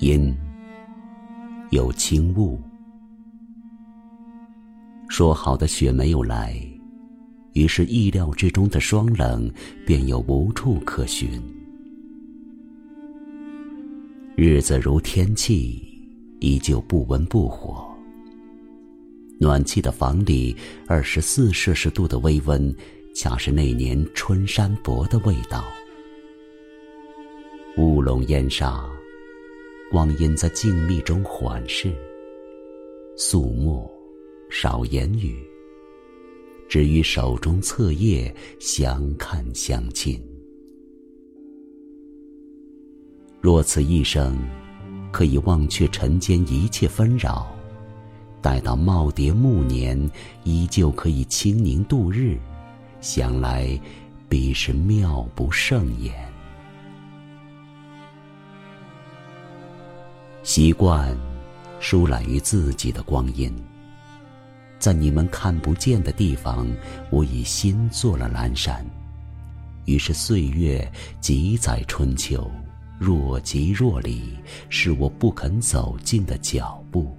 阴有轻雾。说好的雪没有来，于是意料之中的霜冷便又无处可寻。日子如天气，依旧不温不火。暖气的房里24摄氏度的微温，恰是那年春山薄的味道。雾笼烟沙，光阴在静谧中缓逝。肃默，少言语，只与手中册页相看相亲。若此一生可以忘却尘间一切纷扰，待到耄耋暮年依旧可以清宁度日，想来必是妙不胜言。习惯疏懒于自己的光阴，在你们看不见的地方，我以心做了阑珊。于是岁月几载春秋，若即若离，是我不肯走近的脚步。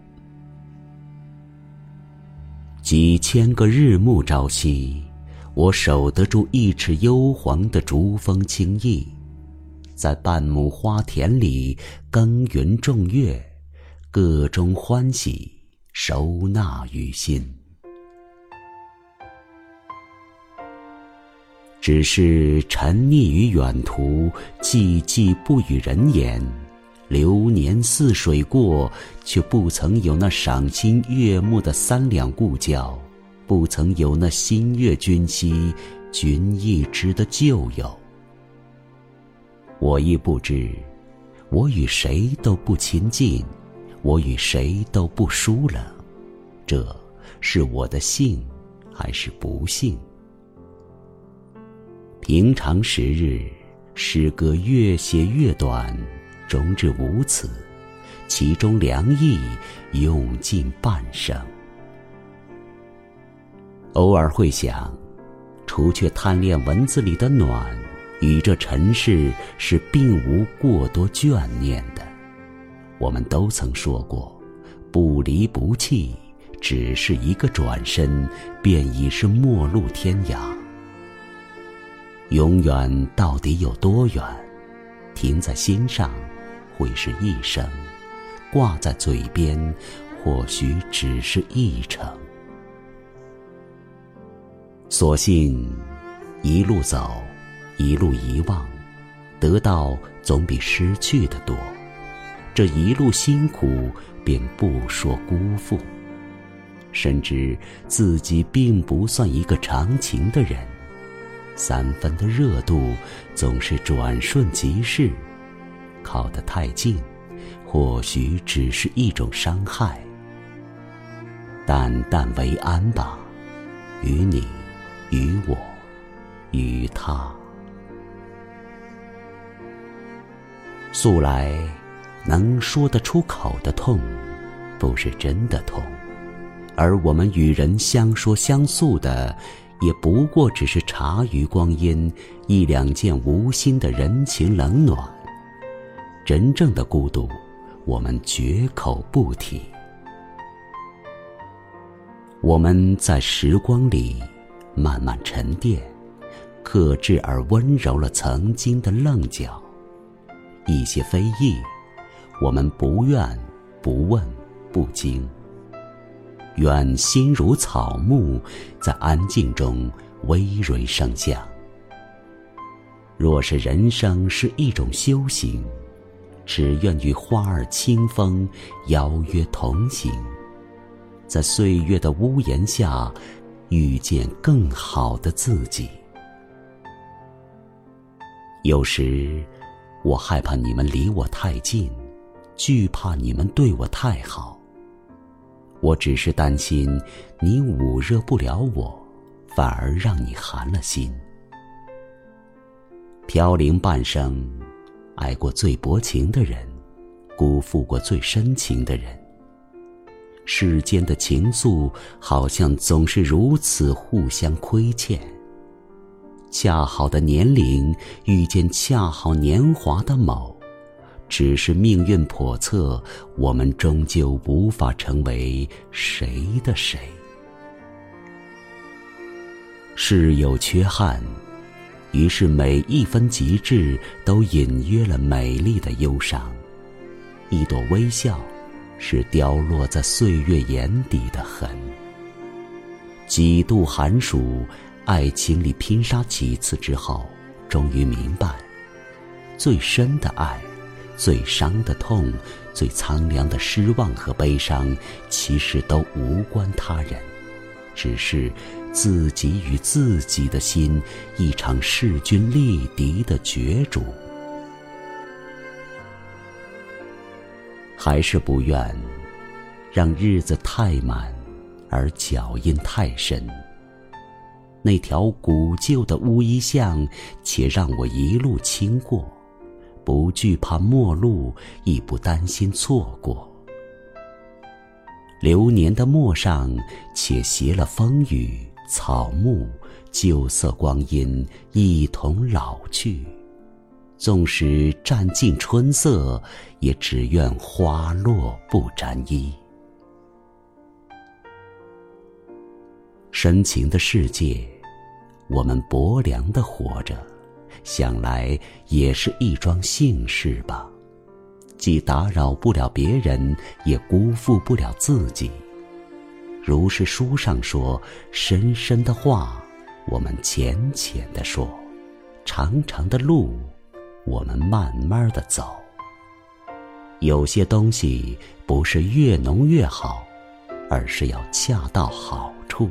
几千个日暮朝夕，我守得住一尺幽黄的竹风轻逸，在半亩花田里耕耘种月，个中欢喜，收纳于心。只是沉溺于远途，寂寂不与人言。流年似水过，却不曾有那赏心悦目的3两故交，不曾有那心悦君兮君亦知的旧友。我亦不知，我与谁都不亲近，我与谁都不疏冷，这是我的幸还是不幸？平常时日，诗歌越写越短，终至无此，其中良意用尽半生。偶尔会想，除却贪恋文字里的暖，与这尘世是并无过多眷念的。我们都曾说过，不离不弃，只是一个转身，便已是陌路天涯。永远到底有多远？停在心上会是一生，挂在嘴边或许只是一程。所幸一路走，一路遗忘，得到总比失去的多。这一路辛苦，便不说辜负。深知自己并不算一个长情的人，3分的热度总是转瞬即逝，靠得太近，或许只是一种伤害。淡淡为安吧，于你，于我，于他。素来能说得出口的痛，不是真的痛，而我们与人相说相诉的，也不过只是茶余光阴1两件无心的人情冷暖。真正的孤独，我们绝口不提。我们在时光里慢慢沉淀，克制而温柔了曾经的棱角。一些非议，我们不怨不问不惊，愿心如草木，在安静中葳蕤生香。若是人生是一种修行，只愿与花儿清风邀约同行，在岁月的屋檐下遇见更好的自己。有时我害怕你们离我太近，惧怕你们对我太好。我只是担心你捂热不了我，反而让你寒了心。飘零半生，爱过最薄情的人，辜负过最深情的人。世间的情愫好像总是如此互相亏欠。恰好的年龄遇见恰好年华的某， 只是命运叵测，我们终究无法成为谁的谁。事有缺憾，于是每一分极致都隐约了美丽的忧伤。一朵微笑，是凋落在岁月眼底的痕。几度寒暑，爱情里拼杀几次之后，终于明白，最深的爱，最伤的痛，最苍凉的失望和悲伤，其实都无关他人，只是自己与自己的心一场势均力敌的角逐。还是不愿让日子太满，而脚印太深。那条古旧的乌衣巷，且让我一路轻过，不惧怕陌路，亦不担心错过。流年的陌上，且携了风雨、草木、旧色光阴一同老去。纵使占尽春色，也只愿花落不沾衣。深情的世界，我们薄凉地活着，想来也是一桩幸事吧。既打扰不了别人，也辜负不了自己。如是书上说，深深的话，我们浅浅地说；长长的路，我们慢慢地走。有些东西不是越浓越好，而是要恰到好处。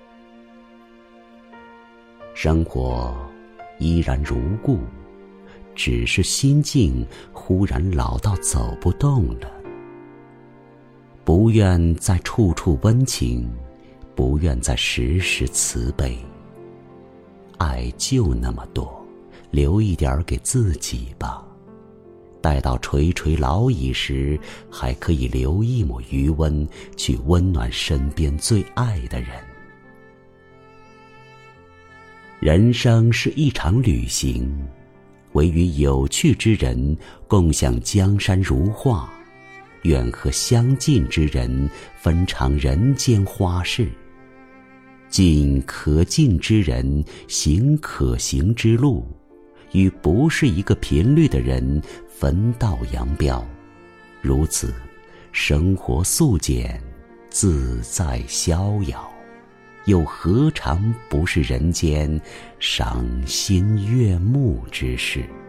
生活依然如故，只是心境忽然老到走不动了。不愿再处处温情，不愿再时时慈悲。爱就那么多，留一点给自己吧。待到垂垂老矣时，还可以留一抹余温，去温暖身边最爱的人。人生是一场旅行，唯与有趣之人共享江山如画，愿和相近之人分尝人间花事。尽可尽之人行可行之路，与不是一个频率的人分道扬镳。如此，生活素简，自在逍遥，又何尝不是人间赏心悦目之事？